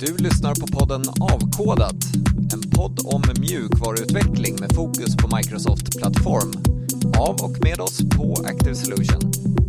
Du lyssnar på podden Avkodat, en podd om mjukvaruutveckling med fokus på Microsoft Plattform. Av och med oss på Active Solution.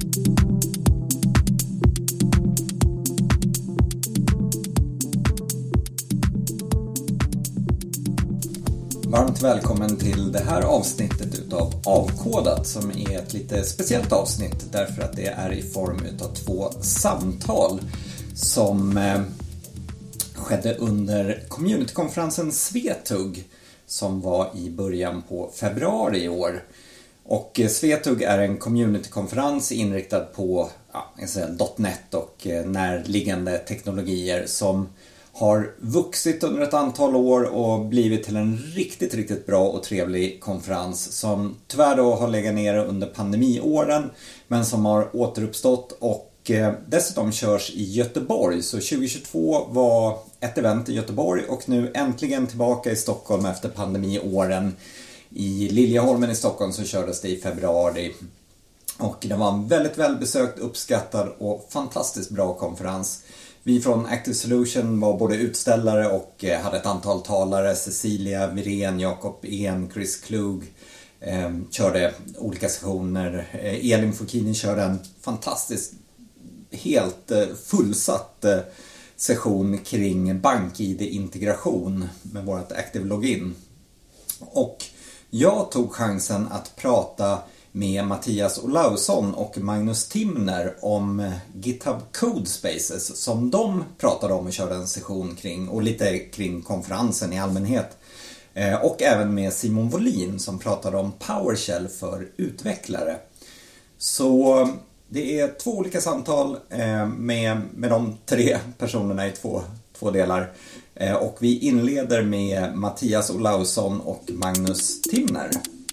Varmt välkommen till det här avsnittet utav Avkodat, som är ett lite speciellt avsnitt därför att det är i form utav 2 samtal som skedde under communitykonferensen Svetug som var i början på februari i år. Och Svetug är en communitykonferens inriktad på .NET och närliggande teknologier som har vuxit under ett antal år och blivit till en riktigt bra och trevlig konferens som tyvärr då har legat nere under pandemiåren men som har återuppstått och dessutom körs i Göteborg. Så 2022 var ett event i Göteborg och nu äntligen tillbaka i Stockholm efter pandemiåren. I Liljeholmen i Stockholm så kördes det i februari. Och det var en väldigt välbesökt, uppskattad och fantastiskt bra konferens. Vi från Active Solution var både utställare och hade ett antal talare. Cecilia Virén, Jakob En, Chris Klug körde olika sessioner. Elin Fokini körde en fantastisk, helt fullsatt session kring BankID-integration med vårt Active Login. Och jag tog chansen att prata med Mattias Olausson och Magnus Timner om GitHub Codespaces som de pratade om och körde en session kring och lite kring konferensen i allmänhet. Och även med Simon Wåhlin som pratade om PowerShell för utvecklare. Så det är 2 olika samtal med de 3 personerna i två delar. Och vi inleder med Mattias Olausson och Magnus Timner.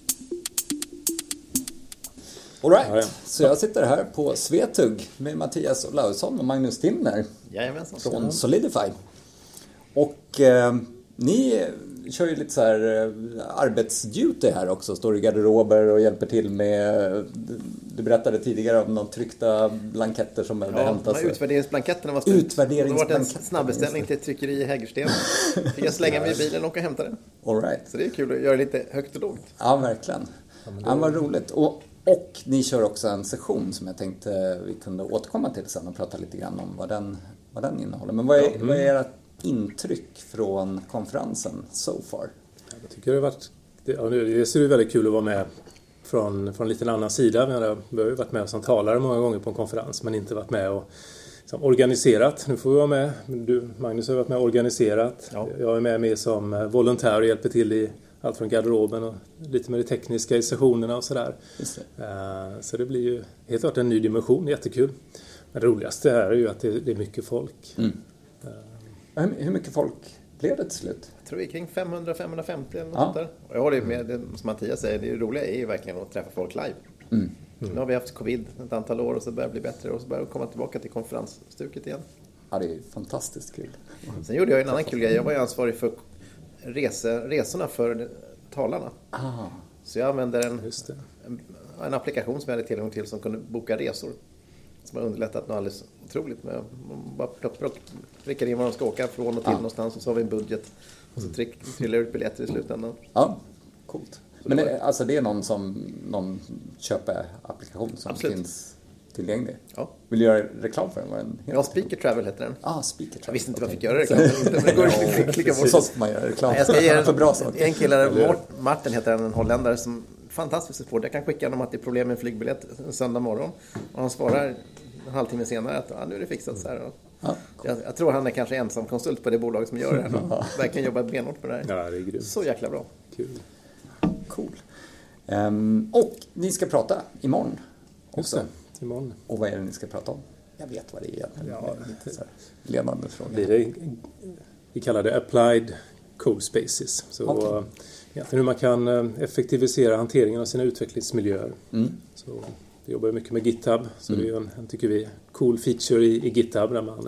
All right. Så jag sitter här på Svetug med Mattias Olausson och Magnus Timner. Jajamensan. Från Solidify. Och ni kör ju lite så här arbetsduty här också. Står i garderober och hjälper till med. Du berättade tidigare om de tryckta blanketter som behövde hämtas. Ja, utvärderingsblanketterna var slut. Det var en snabbbeställning till ett tryckeri i Hägersten. Fick jag slänga mig i bilen och åka och hämta den. All right. Så det är kul att göra lite högt och lågt. Ja, verkligen. Ja, vad roligt. Och ni kör också en session som jag tänkte vi kunde återkomma till sen och prata lite grann om vad den innehåller. Men vad är era intryck från konferensen so far? Jag tycker det har varit... Det ser ju väldigt kul att vara med från lite en annan sida. Vi har ju varit med som talare många gånger på en konferens men inte varit med och som organiserat. Nu får vi vara med. Du, Magnus, har varit med och organiserat. Ja. Jag är med som volontär och hjälper till i allt från garderoben och lite med det tekniska i sessionerna och sådär. Så det blir ju helt klart en ny dimension, jättekul. Men det roligaste här är ju att det är mycket folk. Hur mycket folk blev det till slut? Jag tror vi är kring 500-550 eller något sånt där. Och jag håller med det som Mattias säger, det roliga är ju verkligen att träffa folk live. Nu har vi haft covid ett antal år och så börjar det bli bättre och så börjar vi komma tillbaka till konferensstuket igen. Ja, det är fantastiskt kul. Sen gjorde jag en annan kul grej. Jag var ju ansvarig för resorna för talarna. Så jag använder en applikation som jag hade tillgång till som kunde boka resor. Som har underlättat något alldeles otroligt med. Man bara prickar in var de ska åka från och till någonstans och så har vi en budget. Och så trillar ut biljetter i slutändan. Ja, coolt. Men det är någon köper-applikation som finns tillgänglig? Ja. Vill du göra reklam för den? Ja, Speaker Travel heter den. Speaker Travel. Jag visste inte vad jag fick göra reklam. Det går att klicka bort. Så ska man göra reklam för bra saker. En kille, Martin heter en holländare som fantastiskt support. Jag kan skicka honom att det är problem med en flygbiljett en söndag morgon. Och han svarar en halvtimme senare att nu är det fixat så här. Jag tror han är kanske ensam konsult på det bolaget som gör det här. Verkligen jobbar benhårt på det här. Ja, det är grymt. Så jäkla bra. Kul. Cool. Och ni ska prata imorgon också. Just det, imorgon. Och vad är det ni ska prata om? Jag vet vad det är egentligen. Ja, lite så här ledande fråga. Vi kallar det Applied Codespaces. Så hur man kan effektivisera hanteringen av sina utvecklingsmiljöer. Så vi jobbar mycket med GitHub. Så det är en, tycker vi, cool feature i GitHub där man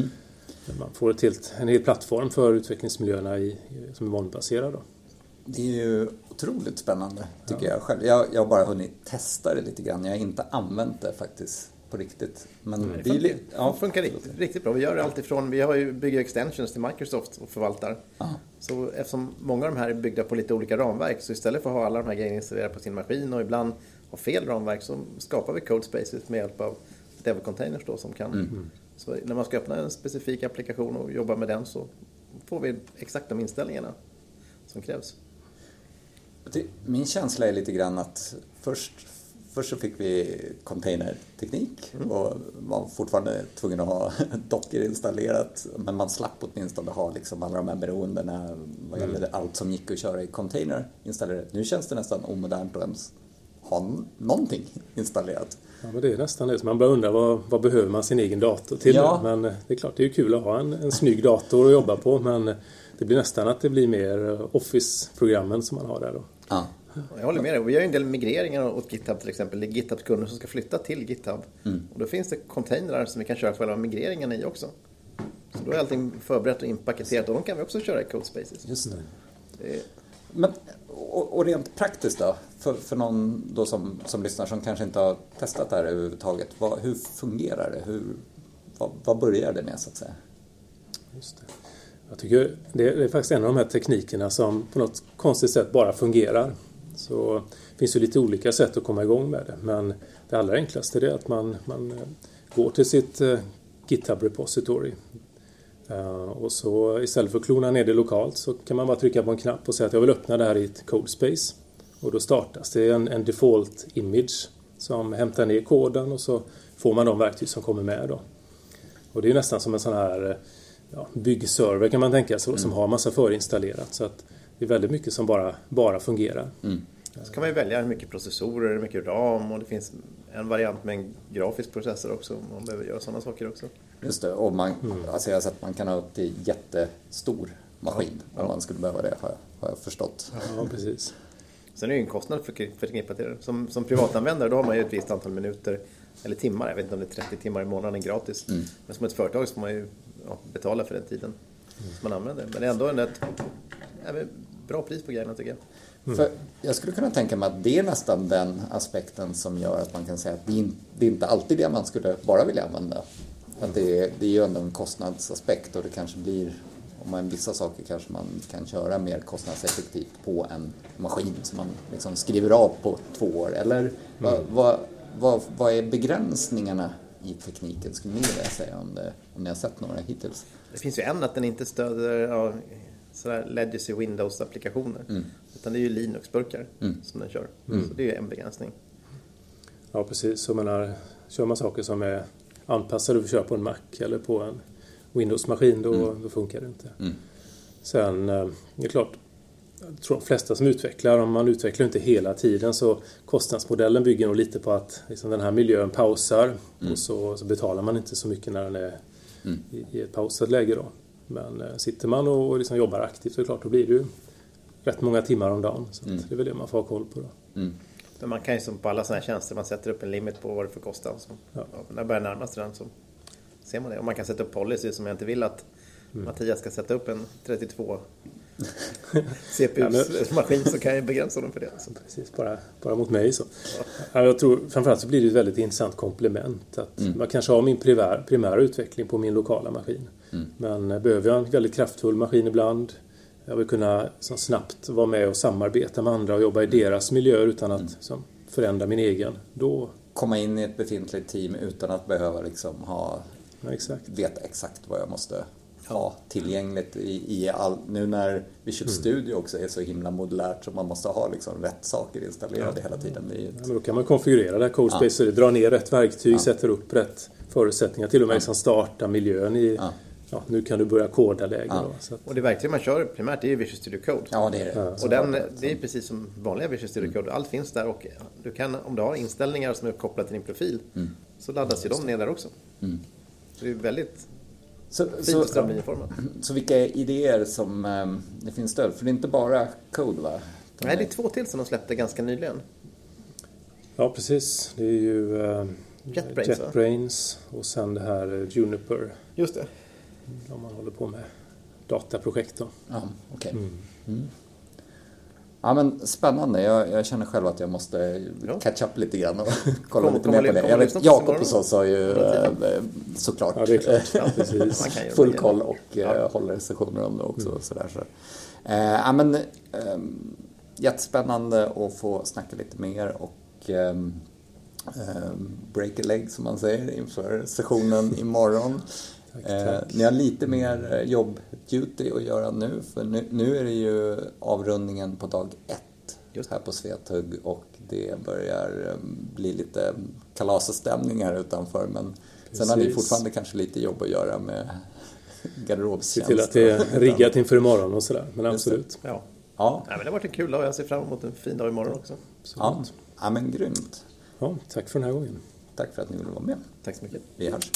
får en hel plattform för utvecklingsmiljöerna som är molnbaserad då. Det är ju otroligt spännande tycker jag själv. Jag har bara hunnit testa det lite grann. Jag har inte använt det faktiskt på riktigt. Men det funkar riktigt bra. Vi gör allt ifrån, bygger extensions till Microsoft och förvaltar. Så eftersom många av de här är byggda på lite olika ramverk, så istället för att ha alla de här grejerna installerade på sin maskin och ibland ha fel ramverk, så skapar vi code spaces med hjälp av dev containers då, som kan. Så när man ska öppna en specifik applikation och jobba med den, så får vi exakt de inställningarna som krävs. Min känsla är lite grann att först så fick vi containerteknik och var fortfarande tvungen att ha Docker installerat, men man slapp åtminstone ha liksom alla de här beroendena vad gäller allt som gick att köra i container installerat. Nu känns det nästan omodernt att ens ha någonting installerat. Ja, men det är nästan det. Så man börjar undra vad behöver man sin egen dator till. Men det är klart, det är kul att ha en snygg dator att jobba på, men det blir nästan att det blir mer Office-programmen som man har där då. Ja. Jag håller med dig. Vi gör en del migreringar åt GitHub till exempel. Det är GitHub-kunder som ska flytta till GitHub. Och då finns det containrar som vi kan köra själva migreringarna i också. Så då är allting förberett och inpaketerat, och de kan vi också köra i Code Spaces. Just det. Men, och rent praktiskt då, för någon då som lyssnar som kanske inte har testat det här överhuvudtaget, hur fungerar det? Vad börjar det med så att säga? Just det. Jag tycker det är faktiskt en av de här teknikerna som på något konstigt sätt bara fungerar. Så det finns ju lite olika sätt att komma igång med det. Men det allra enklaste är att man går till sitt GitHub repository. Och så istället för att klona ner det lokalt, så kan man bara trycka på en knapp och säga att jag vill öppna det här i ett code space. Och då startas det en default image som hämtar ner koden, och så får man de verktyg som kommer med då. Och det är nästan som en sån här byggserver kan man tänka sig, som har massa förinstallerat, så att det är väldigt mycket som bara fungerar. Så kan man ju välja hur mycket processorer, hur mycket RAM, och det finns en variant med en grafisk processor också om man behöver göra sådana saker också. Just det, och alltså jag har sett att man kan ha upp till jättestor maskin om man skulle behöva det, har jag förstått. Ja, precis. Sen är det ju en kostnad förknippat till det. Som privatanvändare då har man ju ett visst antal minuter eller timmar, jag vet inte om det är 30 timmar i månaden gratis. Men som ett företag så får man ju betala för den tiden som man använder. Men det är ändå ett bra pris på grejerna tycker jag. För jag skulle kunna tänka mig att det är nästan den aspekten som gör att man kan säga att det är inte alltid det man skulle bara vilja använda. Att det är ju ändå en kostnadsaspekt, och det kanske blir, om man vissa saker kanske man kan köra mer kostnadseffektivt på en maskin som man liksom skriver av på 2 år. Eller vad är begränsningarna i tekniken, skulle ni vilja säga, om ni har sett några hittills? Det finns ju att den inte stöder sådär legacy Windows-applikationer. Utan det är ju Linux-burkar som den kör. Så det är ju en begränsning. Ja, precis. Så kör man saker som är anpassade för att köra på en Mac eller på en Windows-maskin, då funkar det inte. Sen är det klart, jag tror de flesta som utvecklar, om man utvecklar inte hela tiden, så kostnadsmodellen bygger nog lite på att liksom den här miljön pausar, och så betalar man inte så mycket när den är i ett pausat läge då. Men sitter man och liksom jobbar aktivt, så är det klart, då blir det ju rätt många timmar om dagen. Så det är väl det man får ha koll på då. Men man kan ju som på alla sådana här tjänster, man sätter upp en limit på vad det får kosta. Så, när det börjar närma sig den så ser man det. Och man kan sätta upp policy som jag inte vill att Mattias ska sätta upp en 32 CPU-maskin, så kan jag begränsa dem för det. Så. Precis, bara mot mig så. Ja, jag tror framförallt så blir det ett väldigt intressant komplement. Att man kanske har min primära utveckling på min lokala maskin. Men behöver jag en väldigt kraftfull maskin ibland, jag vill kunna så snabbt vara med och samarbeta med andra och jobba i deras miljöer utan att förändra min egen. Då komma in i ett befintligt team utan att behöva liksom veta exakt vad jag måste ha tillgängligt i all, nu när Visual Studio också är så himla modulärt, så man måste ha liksom rätt saker installerade hela tiden. Men då kan man konfigurera det här CodeSpace, dra ner rätt verktyg, sätter upp rätt förutsättningar, till och med liksom starta miljön i nu kan du börja koda läge. Så att... Och det verktyg man kör primärt är Visual Studio Code. Ja, det är det. Och det är precis som vanliga Visual Studio Code. Allt finns där, och du kan, om du har inställningar som är kopplade till din profil, så laddas ju de ner där också. Så det är väldigt fint och strömlinjeformat. Så vilka idéer som det finns stöd? För det är inte bara code, va? Nej, det är 2 till som de släppte ganska nyligen. Ja, precis. Det är ju JetBrains och sen det här Juniper. Just det. Om man håller på med dataprojekt då. Ja, okej. Ja, men spännande. Jag känner själv att jag måste catch up lite grann och kolla lite mer på det. Jag vet, Jakob hos oss har ju såklart full koll och håller sessioner om det också. Sådär, så. Men jättespännande att få snacka lite mer och break a leg som man säger inför sessionen imorgon. Ni har lite mer jobb-duty att göra nu, för nu är det ju avrundningen på dag 1 här på Svetug och det börjar bli lite kalasstämning här utanför, men sen har ni fortfarande kanske lite jobb att göra med garderobstjänst. Se till att det är riggat inför imorgon och sådär, men absolut. Ja, men det har varit en kul dag och jag ser fram emot en fin dag imorgon också. Ja, men grymt. Ja, tack för den här gången. Tack för att ni ville vara med. Tack så mycket. Vi hörs.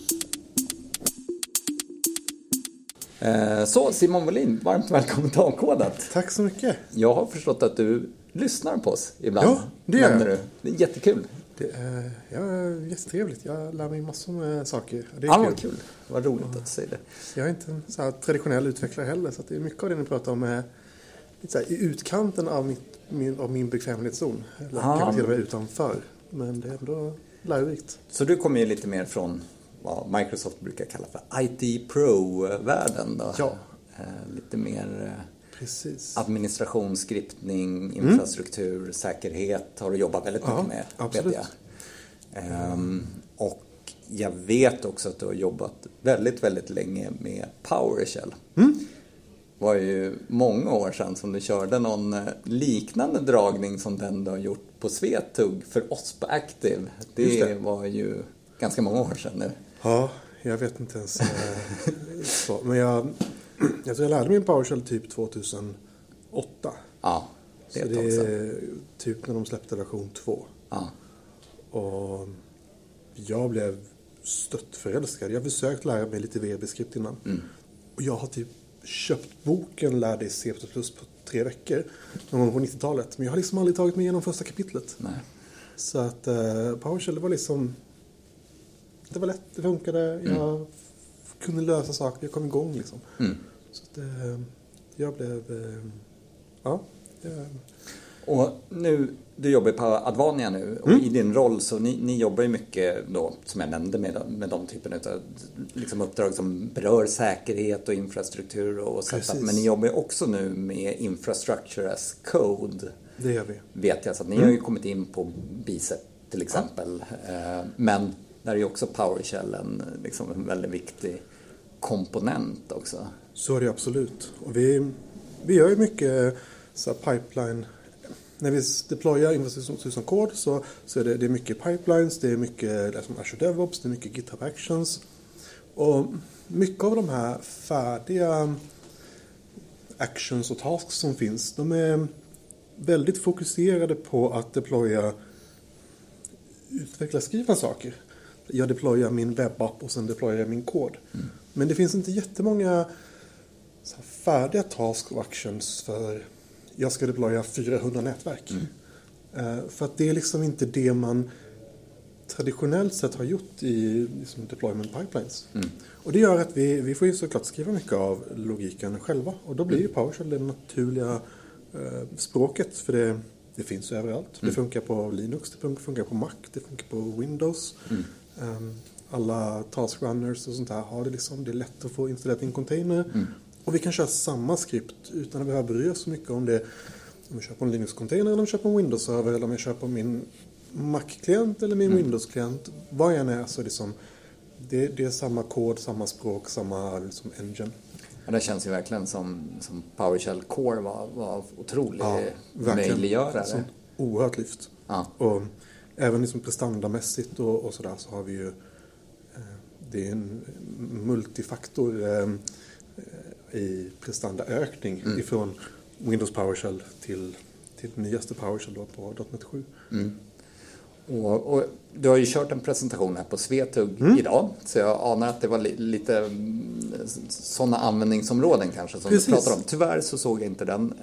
Så Simon Wåhlin, varmt välkommen till Avkodat. Tack så mycket. Jag har förstått att du lyssnar på oss ibland. Ja, det gör jag. Det är jättekul. Det är jättetrevligt. Jag lär mig massor med saker. Det är kul. Kul. Vad roligt att du säger det. Jag är inte en så här traditionell utvecklare heller, så att det är mycket av det ni pratar om är lite så här, i utkanten av min bekvämlighetszon. Eller kanske till och med utanför. Men det är ändå lärorikt. Så du kommer ju lite mer från vad Microsoft brukar kalla för IT Pro-världen då? Ja. Lite mer precis. Administration, skriptning, infrastruktur, säkerhet har du jobbat väldigt mycket med. Absolut. Vet jag. Och jag vet också att du har jobbat väldigt, väldigt länge med PowerShell. Det var ju många år sedan som du körde någon liknande dragning som den du har gjort på Svetug för oss på Active. Det var ju ganska många år sedan nu. Ja, jag vet inte ens. Men jag tror jag lärde mig PowerShell typ 2008. Ja, det är typ när de släppte version 2. Ja. Och jag blev stött förälskad. Jag har försökt lära mig lite VB-skript innan. Och jag har typ köpt boken Lär dig C++ på 3 veckor någon gång på 90-talet. Men jag har liksom aldrig tagit mig igenom första kapitlet. Nej. Så att PowerShell, det var liksom... Det var lätt, det funkade. Jag kunde lösa saker, jag kom igång liksom. Så att jag blev... Och nu, du jobbar på Advania nu och i din roll så ni jobbar ju mycket då, som jag nämnde, med de typen av liksom uppdrag som berör säkerhet och infrastruktur och setup. Men ni jobbar ju också nu med infrastructure as code. Det gör vi. Vet jag, så att ni har ju kommit in på Bicep till exempel. Men där är ju också PowerShell en väldigt viktig komponent också. Så är det absolut. Och vi gör ju mycket så pipeline. När vi deployar infrastruktur som kod så är det är mycket pipelines, det är mycket Azure DevOps, det är mycket GitHub Actions. Och mycket av de här färdiga actions och tasks som finns, de är väldigt fokuserade på att deploya utveckla skrivna saker. Jag deployar min webbapp och sen deployar jag min kod. Men det finns inte jättemånga så här färdiga task och actions för jag ska deploya 400 nätverk. För att det är liksom inte det man traditionellt sett har gjort i liksom deployment pipelines. Och det gör att vi får ju såklart skriva mycket av logiken själva. Och då blir ju PowerShell det naturliga språket. För det finns ju överallt. Det funkar på Linux, det funkar på Mac, det funkar på Windows. Alla task runners och sånt där har det liksom. Det är lätt att få installerat i en container. Och vi kan köra samma skript utan att behöva bry oss så mycket om det. Om vi kör på en Linux-container eller om vi kör på en Windows-server eller om jag kör på min Mac-klient eller min Windows-klient. Vad jag än är så är det är samma kod, samma språk, samma liksom engine. Ja, det känns ju verkligen som PowerShell Core var otrolig möjliggörare. Som oerhört lyft. Ja. Och även liksom prestandamässigt och sådär så har vi ju det är en multifaktor i prestandaökning ifrån Windows PowerShell till nyaste PowerShell då på .NET 7. Och du har ju kört en presentation här på Svetug idag, så jag anar att det var lite sådana användningsområden kanske som du pratar om. Tyvärr så såg jag inte den.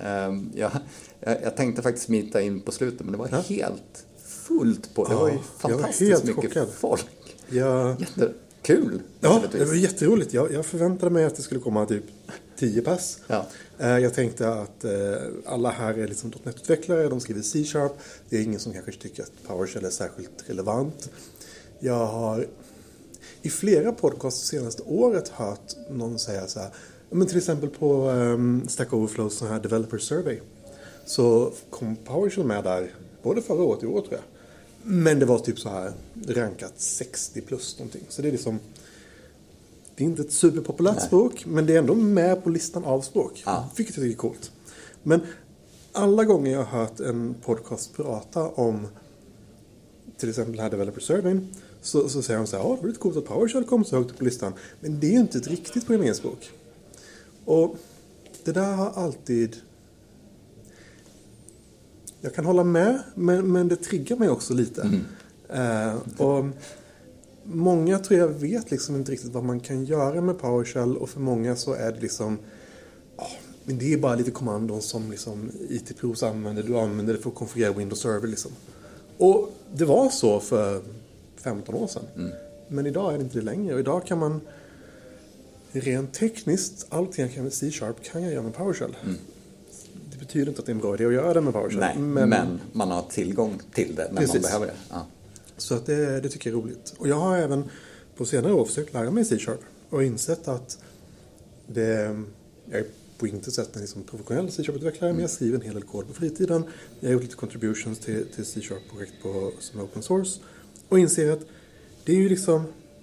Jag tänkte faktiskt smita in på slutet, men det var helt fullt på. Det var ju fantastiskt mycket folk. Ja. Jättekul kul. Ja, det var jätteroligt. Jag förväntade mig att det skulle komma typ 10 pass. Ja. Jag tänkte att alla här är liksom .NET-utvecklare, de skriver C#. Det är ingen som kanske tycker att PowerShell är särskilt relevant. Jag har i flera podcasts senaste året hört någon säga så här, men till exempel på Stack Overflows sån här Developer Survey så kom PowerShell med där både förra året och i år tror jag. Men det var typ så här rankat 60 plus någonting. Så det är liksom, det är inte ett superpopulärt språk, men det är ändå med på listan av språk. Vilket jag tycker är coolt. Men alla gånger jag har hört en podcast prata om till exempel den här Developer Surveyn så säger de så här, det var lite coolt att PowerShell kom så högt upp på listan. Men det är ju inte ett riktigt programmeringsspråk. Och det där har alltid... Jag kan hålla med, men det triggar mig också lite. Och många tror jag vet liksom inte riktigt vad man kan göra med PowerShell. Och för många så är det liksom... men det är bara lite kommandon som liksom IT-pros använder. Du använder det för att konfigurera Windows Server liksom. Och det var så för 15 år sedan. Men idag är det inte det längre. Och idag kan man rent tekniskt, allting jag kan med C# kan jag göra med PowerShell. Det betyder inte att det är en bra idé att göra det med PowerShell. Nej, men man har tillgång till det när man behöver det. Ja. Så att det tycker jag är roligt. Och jag har även på senare år försökt lära mig C# och insett att det... Jag är på intet sätt en liksom professionell C#-utvecklare, men jag skriver en hel del kod på fritiden. Jag har gjort lite contributions till C#-projekt som är open source. Och inser att det är ju liksom...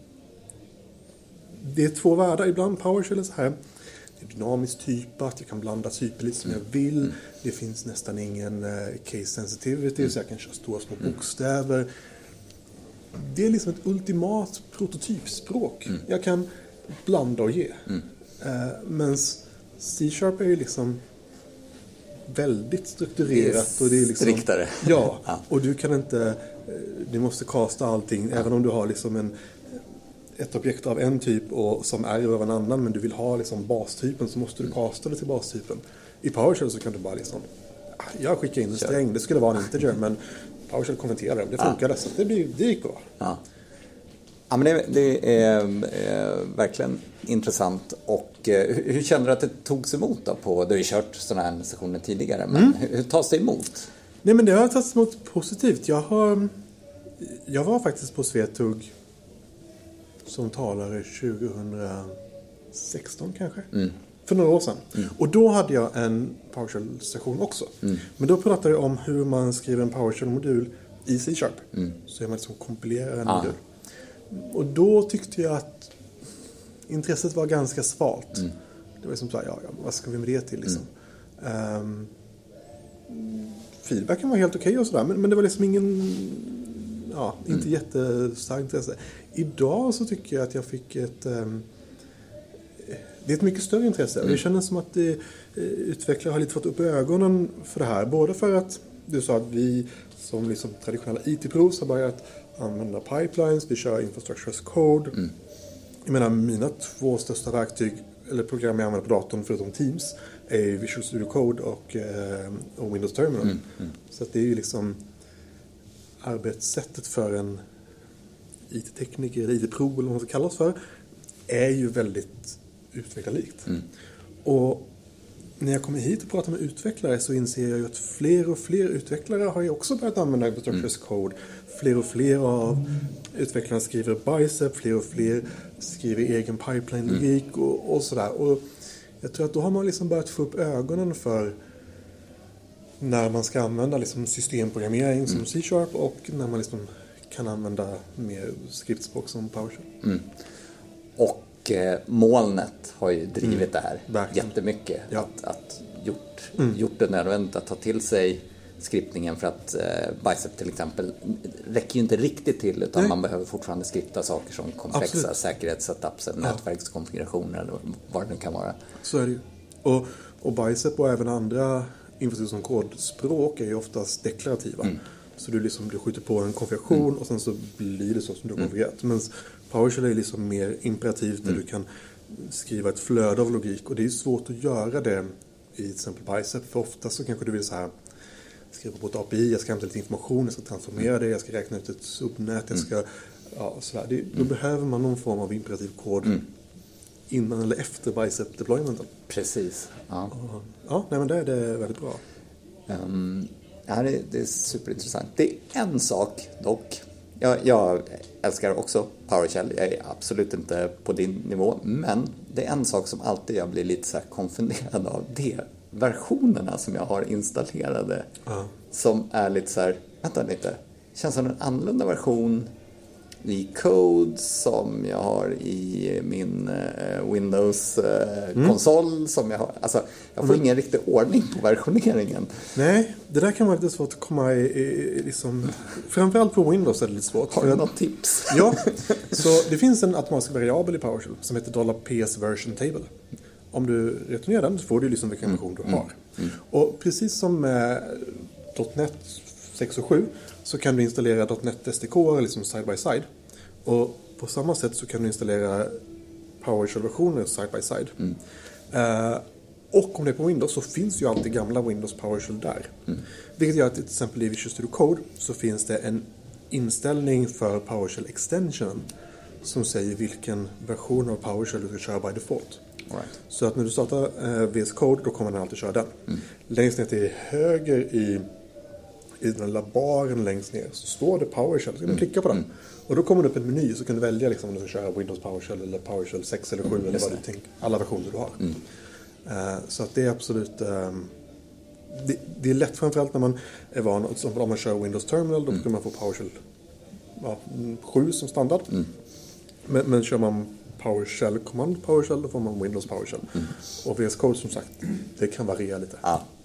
Det är två världar. Ibland PowerShell är så här... Det är dynamiskt typat, jag kan blanda typer lite som jag vill. Det finns nästan ingen case sensitivity, så jag kan köra stora små bokstäver. Det är liksom ett ultimat prototypspråk. Jag kan blanda och ge. Men C# är ju liksom väldigt strukturerat. Och det är liksom, striktare. Ja, och du kan inte... Du måste kasta allting, även om du har liksom ett objekt av en typ och som är av en annan, men du vill ha liksom bastypen, så måste du kasta det till bastypen. I PowerShell så kan du bara liksom... Jag skickar in en sträng, det skulle vara en integer, men PowerShell konverterar det. Det funkar så det gick bra. Ja, men det är verkligen intressant. Och hur känner du att det togs emot då? Du har ju kört sådana här sessioner tidigare, men hur tas det emot? Nej, men det har tagits emot positivt. Jag var faktiskt på Svetug som talare 2016 kanske. För några år sedan. Och då hade jag en PowerShell-session också. Men då pratade jag om hur man skriver en PowerShell-modul i C#. Så man liksom kompilerar en modul. Och då tyckte jag att intresset var ganska svalt. Det var som så här, vad ska vi med det till liksom? Feedbacken var helt okej och sådär, men det var liksom inte jättestarkt intresse. Idag så tycker jag att jag fick det är ett mycket större intresse. Och det känns som att utvecklare har lite fått upp ögonen för det här. Både för att du sa att vi som liksom traditionella IT-pros har börjat använda pipelines, vi kör infrastructure as code. Jag menar, mina 2 största verktyg eller program jag använder på datorn förutom Teams är Visual Studio Code och Windows Terminal. Så att det är ju liksom arbetssättet för en IT-tekniker eller IT-pro eller vad man ska kallas för är ju väldigt utvecklarlikt. Och när jag kommer hit och pratar med utvecklare så inser jag ju att fler och fler utvecklare har ju också börjat använda infrastructure as code. Fler och fler av utvecklarna skriver Bicep, fler och fler skriver egen pipeline-logik och sådär. Och jag tror att då har man liksom börjat få upp ögonen för när man ska använda liksom systemprogrammering som C# och när man liksom kan använda mer skriftspråk som PowerShell. Och molnet har ju drivit det här jättemycket. Ja. Att gjort det nödvändigt att ta till sig skriptningen, för att Bicep till exempel räcker ju inte riktigt till, utan man behöver fortfarande skripta saker som komplexa säkerhetssetups eller nätverkskonfigurationer eller vad det nu kan vara. Så är det ju. Och Bicep och även andra infrastruktur som kodspråk är ju oftast deklarativa. Så du skjuter på en konfiguration och sen så blir det så som du har konfigurerat. Men PowerShell är liksom mer imperativt där du kan skriva ett flöde av logik. Och det är svårt att göra det i till exempel Bicep. För ofta så kanske du vill så här skriva på ett API, jag ska hämta lite information, jag ska transformera det, jag ska räkna ut ett subnät, jag ska sådär. Då behöver man någon form av imperativ kod innan eller efter bicep deploymenten. Precis. Ja. Nej, men det är det väldigt bra. Det är superintressant. Det är en sak dock. Jag älskar också PowerShell. Jag är absolut inte på din nivå. Men det är en sak som alltid jag blir lite så här konfunderad av. Det är versionerna som jag har installerade. Som är lite så här, vänta lite. Känns som en annorlunda version i code som jag har i min Windows-konsol som jag har. Alltså, jag får ingen riktig ordning på versioneringen. Nej, det där kan vara lite svårt att komma i liksom, framförallt på Windows är det lite svårt. Har du något tips? Ja, så det finns en automatisk variabel i PowerShell som heter $PS version table. Om du returnerar den så får du liksom vilken version du har. Och precis som med .NET 6 och 7 så kan du installera .NET SDK liksom side by side. Och på samma sätt så kan du installera PowerShell-versioner side by side. Och om det är på Windows så finns ju alltid gamla Windows PowerShell där. Vilket gör att till exempel i Visual Studio Code så finns det en inställning för PowerShell extension som säger vilken version av PowerShell du ska köra by default. Right. Så att när du startar VS Code då kommer den alltid köra den. Längst ner till höger i den lilla baren längst ner så står det PowerShell. Så kan du klicka på den. Och då kommer det upp en meny så kan du välja liksom, om du ska köra Windows PowerShell eller PowerShell 6 eller 7 eller vad du tänker. Alla versioner du har. Så att det är absolut... det är lätt framförallt när man är van. Om man kör Windows Terminal då kan man få PowerShell 7 som standard. Men kör man PowerShell Command PowerShell då får man Windows PowerShell. Och VS Code som sagt, det kan variera lite.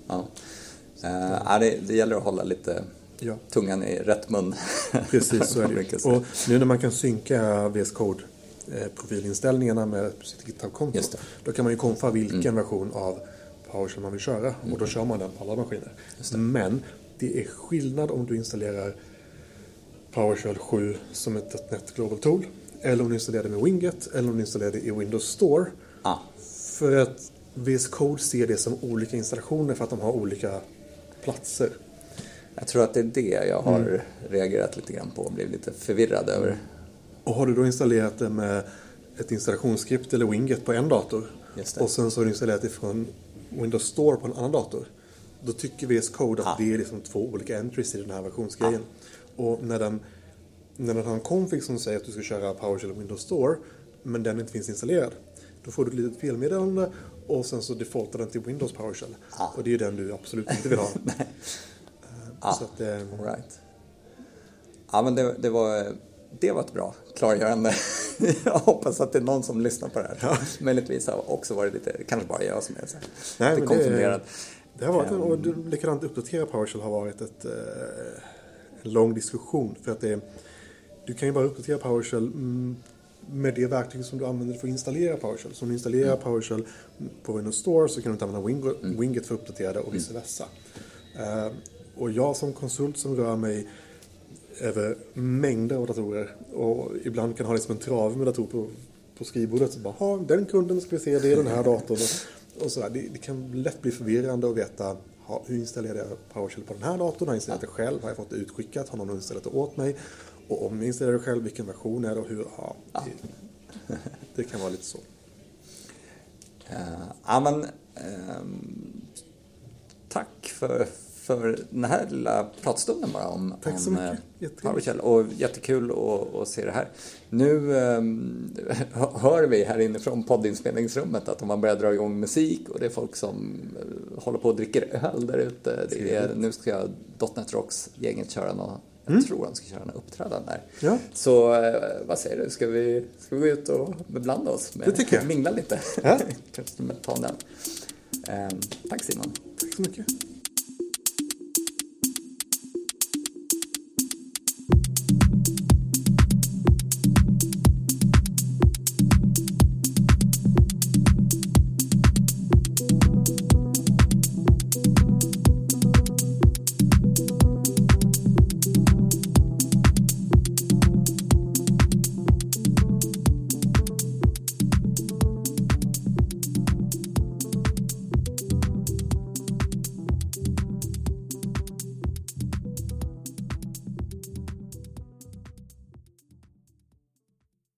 Det gäller att hålla lite tungan i rätt mun. Precis, så är det. Och nu när man kan synka VS Code profilinställningarna med sitt GitHub-konto då kan man ju konfa vilken version av PowerShell man vill köra och då kör man den på alla maskiner. Men det är skillnad om du installerar PowerShell 7 som ett .NET Global Tool eller om du installerar det med Winget eller om du installerar det i Windows Store. För att VS Code ser det som olika installationer för att de har olika platser. Jag tror att det är det jag har reagerat lite grann på och blivit lite förvirrad över. Och har du då installerat det med ett installationsskript eller Winget på en dator och sen så har du installerat det från Windows Store på en annan dator, då tycker VS Code att det är liksom 2 olika entries i den här versionsgrejen. Och när den har en config som säger att du ska köra PowerShell och Windows Store men den inte finns installerad, då får du ett litet felmeddelande och sen så defaultar den till Windows PowerShell. Och det är den du absolut inte vill ha. Så att, right. Ja, men det var ett bra klargörande. Jag hoppas att det är någon som lyssnar på det här. Möjligtvis har också varit lite, kanske bara jag som är så här, lite konfunderad. Det har varit och likadant uppdatera PowerShell har varit en lång diskussion för att du kan ju bara uppdatera PowerShell med det verktyg som du använder för att installera PowerShell. Så om du installerar PowerShell på Windows Store så kan du inte använda Winget för att uppdatera det och vice versa. Och jag som konsult som rör mig över mängder av datorer och ibland kan ha liksom en trave med datorer på skrivbordet så bara, den kunden ska vi se, det är den här datorn och så där. Det kan lätt bli förvirrande att veta hur installerar jag PowerShell på den här datorn, har jag installerat det själv, har jag fått det utskickat, har någon installerat det åt mig och om jag installerar det själv, vilken version är det och hur, det kan vara lite så. Tack för den här lilla pratstunden bara om PowerShell och jättekul att se det här. Nu hör vi här inne från poddinspelningsrummet att man börjar dra igång musik och det är folk som håller på och dricker öl där ute. Nu ska .NET Rocks-gänget köra jag tror de ska köra en uppträdande där. Ja. Så vad säger du? Ska vi gå ut och beblanda oss? Det tycker jag. Mingla lite. Ja. Kanske med ta den. Tack Simon. Tack så mycket.